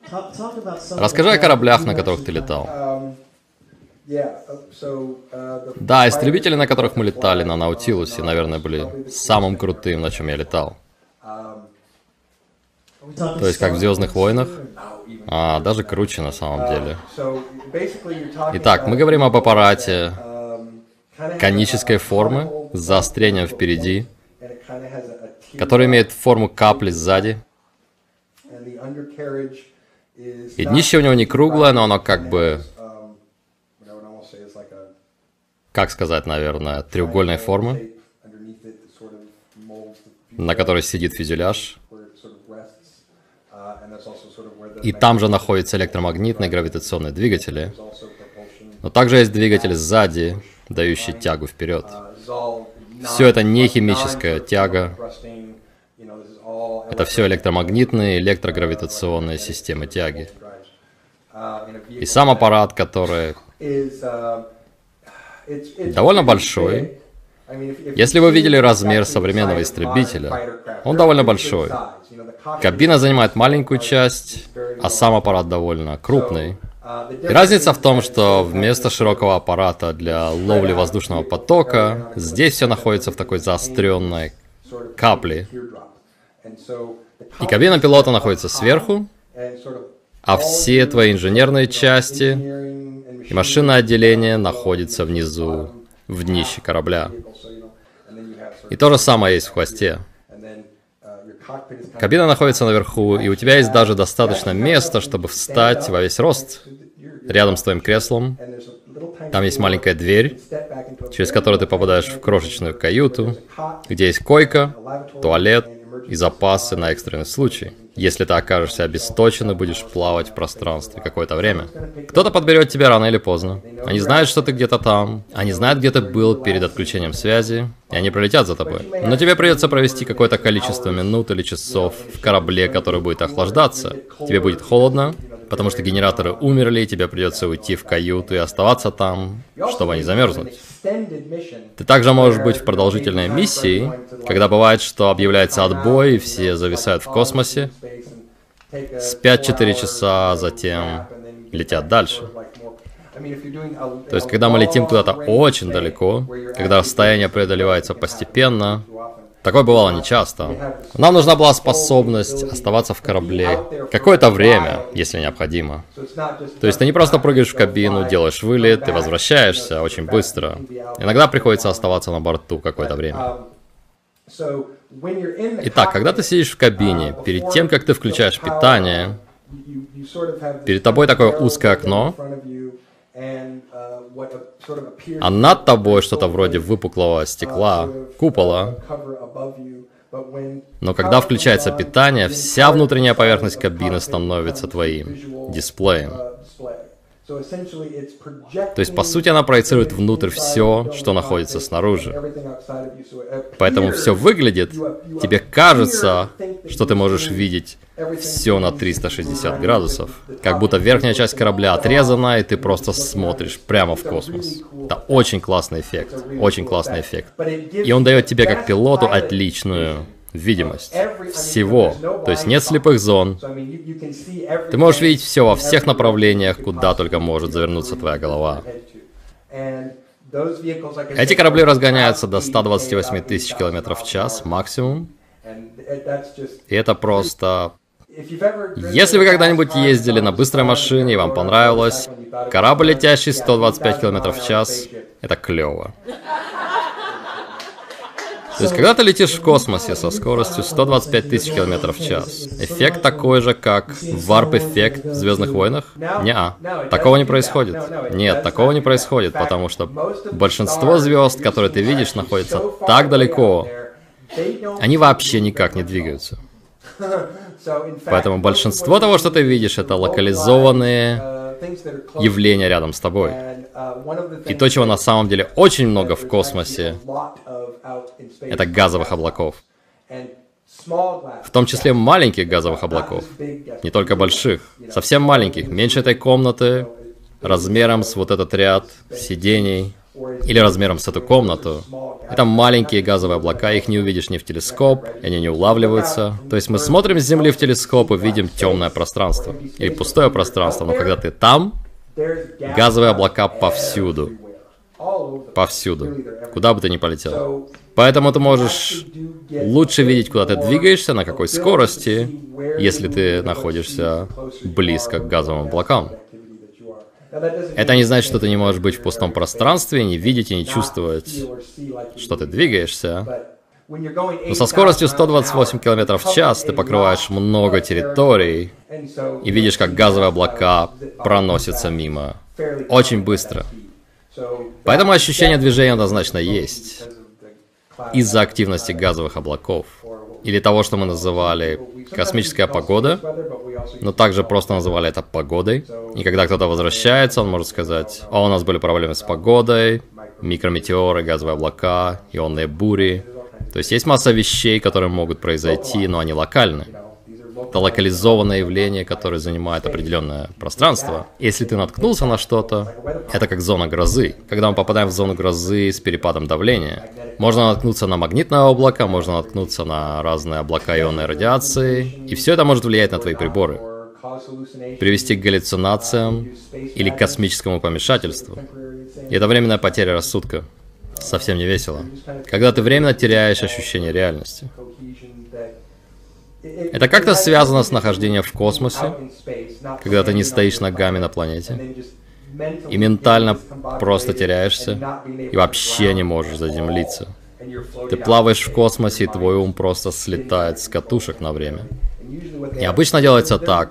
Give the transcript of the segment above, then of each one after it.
Расскажи о кораблях, на которых ты летал. Да, истребители, на которых мы летали на Наутилусе, наверное, были самым крутым, на чем я летал. То есть, как в «Звездных войнах», а даже круче на самом деле. Итак, мы говорим об аппарате конической формы с заострением впереди, который имеет форму капли сзади. И днище у него не круглое, но оно как бы, как сказать, наверное, треугольной формы, на которой сидит фюзеляж. И там же находятся электромагнитные гравитационные двигатели. Но также есть двигатель сзади, дающий тягу вперед. Все это не химическая тяга. Это все электромагнитные, электрогравитационные системы тяги. И сам аппарат, который довольно большой. Если вы видели размер современного истребителя, он довольно большой. Кабина занимает маленькую часть, а сам аппарат довольно крупный. И разница в том, что вместо широкого аппарата для ловли воздушного потока, здесь все находится в такой заостренной капле. И кабина пилота находится сверху, а все твои инженерные части и машинное отделение находятся внизу, в днище корабля. И то же самое есть в хвосте. Кабина находится наверху, и у тебя есть даже достаточно места, чтобы встать во весь рост рядом с твоим креслом. Там есть маленькая дверь, через которую ты попадаешь в крошечную каюту, где есть койка, туалет и запасы на экстренный случай, если ты окажешься обесточен и будешь плавать в пространстве какое-то время. Кто-то подберет тебя рано или поздно. Они знают, что ты где-то там. Они знают, где ты был перед отключением связи, и они прилетят за тобой. Но тебе придется провести какое-то количество минут или часов в корабле, который будет охлаждаться. Тебе будет холодно, потому что генераторы умерли, и тебе придется уйти в каюту и оставаться там, чтобы не замерзнуть. Ты также можешь быть в продолжительной миссии, когда бывает, что объявляется отбой, и все зависают в космосе, спят 4 часа, а затем летят дальше. То есть, когда мы летим куда-то очень далеко, когда расстояние преодолевается постепенно, такое бывало нечасто. Нам нужна была способность оставаться в корабле какое-то время, если необходимо. То есть ты не просто прыгаешь в кабину, делаешь вылет и возвращаешься очень быстро. Иногда приходится оставаться на борту какое-то время. Итак, когда ты сидишь в кабине, перед тем, как ты включаешь питание, перед тобой такое узкое окно, а над тобой что-то вроде выпуклого стекла, купола. Но когда включается питание, вся внутренняя поверхность кабины становится твоим дисплеем. То есть, по сути, она проецирует внутрь все, что находится снаружи. Поэтому все выглядит, тебе кажется, что ты можешь видеть все на 360 градусов. Как будто верхняя часть корабля отрезана, и ты просто смотришь прямо в космос. Это очень классный эффект. Очень классный эффект. И он дает тебе, как пилоту, отличную видимость всего. То есть нет слепых зон. Ты можешь видеть все во всех направлениях, куда только может завернуться твоя голова. Эти корабли разгоняются до 128 тысяч километров в час максимум. И это просто... Если вы когда-нибудь ездили на быстрой машине и вам понравилось, корабль, летящий 125 километров в час, это клево. То есть, когда ты летишь в космосе со скоростью 125 тысяч километров в час, эффект такой же, как варп-эффект в «Звездных войнах»? Неа. Такого не происходит. Нет, такого не происходит, потому что большинство звезд, которые ты видишь, находятся так далеко, они вообще никак не двигаются. Поэтому большинство того, что ты видишь, это локализованные явления рядом с тобой. И то, чего на самом деле очень много в космосе, это газовых облаков. В том числе маленьких газовых облаков, не только больших, совсем маленьких, меньше этой комнаты, размером с вот этот ряд сидений. или размером с эту комнату. Это маленькие газовые облака, их не увидишь ни в телескоп, они не улавливаются. То есть мы смотрим с Земли в телескоп и видим темное пространство, или пустое пространство, но когда ты там, газовые облака повсюду. Повсюду. Куда бы ты ни полетел. Поэтому ты можешь лучше видеть, куда ты двигаешься, на какой скорости, если ты находишься близко к газовым облакам. Это не значит, что ты не можешь быть в пустом пространстве, не видеть и не чувствовать, что ты двигаешься. Но со скоростью 128 км в час ты покрываешь много территорий и видишь, как газовые облака проносятся мимо. Очень быстро. Поэтому ощущение движения однозначно есть. Из-за активности газовых облаков. Или того, что мы называли космическая погода, но также просто называли это погодой. И когда кто-то возвращается, он может сказать: «О, у нас были проблемы с погодой, микрометеоры, газовые облака, ионные бури». То есть масса вещей, которые могут произойти, но они локальны. Это локализованное явление, которое занимает определенное пространство. Если ты наткнулся на что-то, это как зона грозы. Когда мы попадаем в зону грозы с перепадом давления, можно наткнуться на магнитное облако, можно наткнуться на разные облака ионной радиации, и все это может влиять на твои приборы. Привести к галлюцинациям или к космическому помешательству. И это временная потеря рассудка. Совсем не весело. Когда ты временно теряешь ощущение реальности. Это как-то связано с нахождением в космосе, когда ты не стоишь ногами на планете, и ментально просто теряешься, и вообще не можешь заземлиться. Ты плаваешь в космосе, и твой ум просто слетает с катушек на время. И обычно делается так,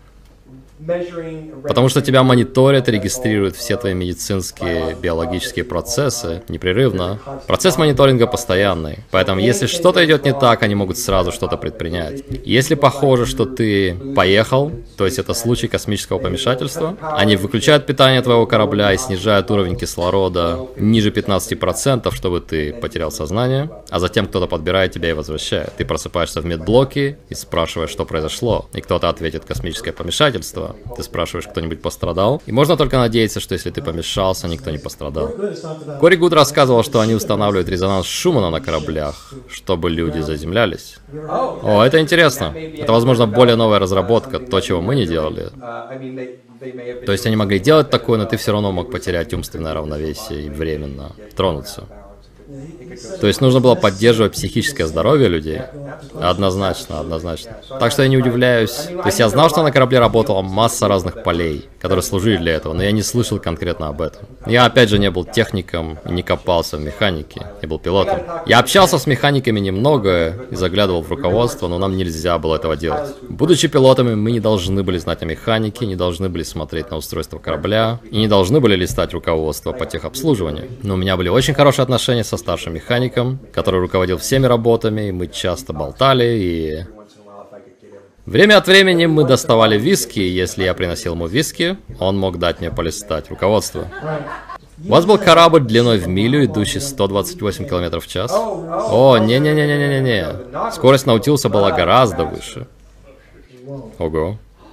потому что тебя мониторят и регистрируют все твои медицинские, биологические процессы непрерывно. Процесс мониторинга постоянный. Поэтому, если что-то идет не так, они могут сразу что-то предпринять. Если похоже, что ты поехал, то есть это случай космического помешательства, они выключают питание твоего корабля и снижают уровень кислорода ниже 15%, чтобы ты потерял сознание, а затем кто-то подбирает тебя и возвращает. Ты просыпаешься в медблоке и спрашиваешь, что произошло, и кто-то ответит: космическое помешательство. Ты спрашиваешь, кто-нибудь пострадал? И можно только надеяться, что если ты помешался, никто не пострадал. Кори Гуд рассказывал, что они устанавливают резонанс Шумана на кораблях, чтобы люди заземлялись. О, это интересно. Это, возможно, более новая разработка, то, чего мы не делали. То есть они могли делать такое, но ты все равно мог потерять умственное равновесие и временно тронуться. То есть нужно было поддерживать психическое здоровье людей? Однозначно, однозначно. Так что я не удивляюсь. То есть я знал, что на корабле работала масса разных полей, которые служили для этого, но я не слышал конкретно об этом. Я опять же не был техником и не копался в механике, я был пилотом. Я общался с механиками немного и заглядывал в руководство, но нам нельзя было этого делать. Будучи пилотами, мы не должны были знать о механике, не должны были смотреть на устройство корабля и не должны были листать руководство по техобслуживанию. Но у меня были очень хорошие отношения со старшим механиком, который руководил всеми работами, и мы часто болтали, и... Время от времени мы доставали виски, и если я приносил ему виски, он мог дать мне полистать руководство. У вас был корабль длиной в милю, идущий 128 км в час? О, не-не-не-не-не-не. Скорость Наутилуса была гораздо выше. Ого.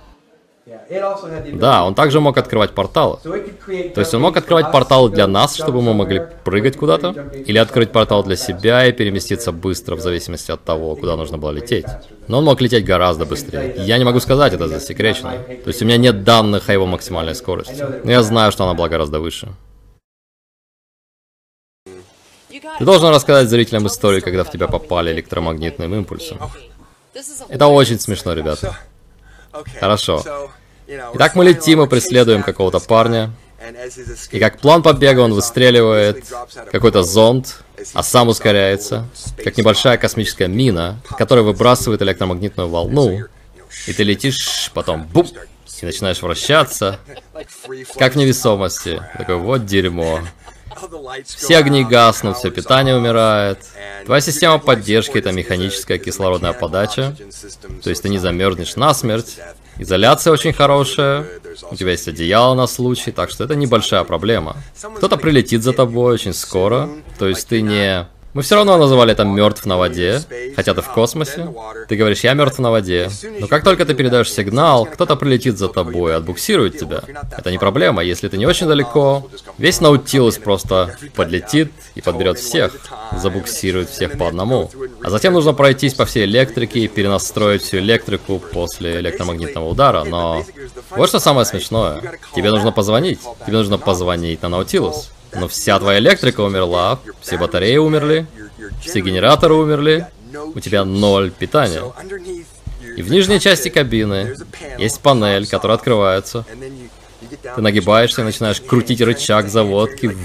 Да, он также мог открывать порталы. То есть он мог открывать порталы для нас, чтобы мы могли прыгать куда-то, или открыть портал для себя и переместиться быстро, в зависимости от того, куда нужно было лететь. Но он мог лететь гораздо быстрее. Я не могу сказать, это засекречено. То есть у меня нет данных о его максимальной скорости. Но я знаю, что она была гораздо выше. Ты должен рассказать зрителям историю, когда в тебя попали электромагнитным импульсом. Это очень смешно, ребята. Хорошо. Итак, мы летим и преследуем какого-то парня. И как план побега он выстреливает какой-то зонд, а сам ускоряется, как небольшая космическая мина, которая выбрасывает электромагнитную волну. И ты летишь, потом бум, и начинаешь вращаться, как в невесомости. Такое вот дерьмо. Все огни гаснут, все питание умирает. Твоя система поддержки — это механическая кислородная подача. То есть ты не замерзнешь насмерть. Изоляция очень хорошая. У тебя есть одеяло на случай, так что это небольшая проблема. Кто-то прилетит за тобой очень скоро. То есть ты не Мы все равно называли это мертв на воде, хотя ты в космосе. Ты говоришь, я мертв на воде. Но как только ты передаешь сигнал, кто-то прилетит за тобой и отбуксирует тебя. Это не проблема, если ты не очень далеко. Весь Наутилус просто подлетит и подберет всех, забуксирует всех по одному. А затем нужно пройтись по всей электрике и перенастроить всю электрику после электромагнитного удара. Но вот что самое смешное. Тебе нужно позвонить. Тебе нужно позвонить на Наутилус. Но вся твоя электрика умерла, все батареи умерли, все генераторы умерли, у тебя 0 питания. И в нижней части кабины есть панель, которая открывается. Ты нагибаешься и начинаешь крутить рычаг заводки.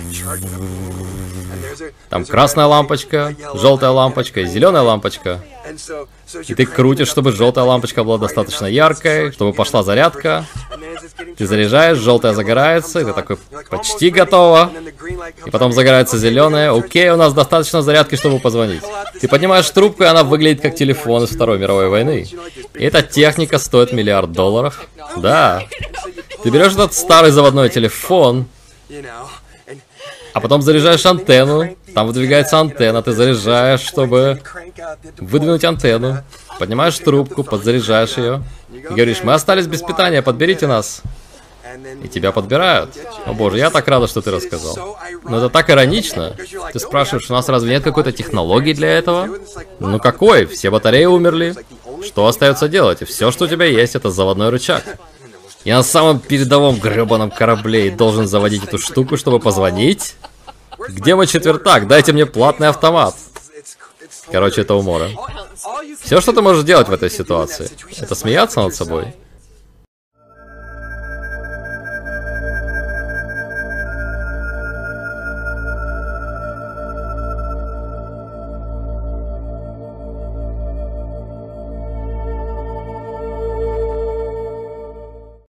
Там красная лампочка, желтая лампочка и зеленая лампочка. И ты крутишь, чтобы желтая лампочка была достаточно яркой, чтобы пошла зарядка. Ты заряжаешь, желтая загорается, и ты такой, почти готово. И потом загорается зеленая. Окей, у нас достаточно зарядки, чтобы позвонить. Ты поднимаешь трубку, и она выглядит как телефон из Второй мировой войны. И эта техника стоит $1 миллиард. Да. Ты берешь этот старый заводной телефон, а потом заряжаешь антенну, там выдвигается антенна, ты заряжаешь, чтобы выдвинуть антенну, поднимаешь трубку, подзаряжаешь ее, и говоришь, мы остались без питания, подберите нас. И тебя подбирают. О боже, я так рада, что ты рассказал. Но это так иронично. Ты спрашиваешь, у нас разве нет какой-то технологии для этого? Ну какой? Все батареи умерли. Что остается делать? И все, что у тебя есть, это заводной рычаг. Я на самом передовом гребаном корабле и должен заводить эту штуку, чтобы позвонить? Где мой четвертак? Дайте мне платный автомат. Короче, это умора. Все, что ты можешь делать в этой ситуации, это смеяться над собой.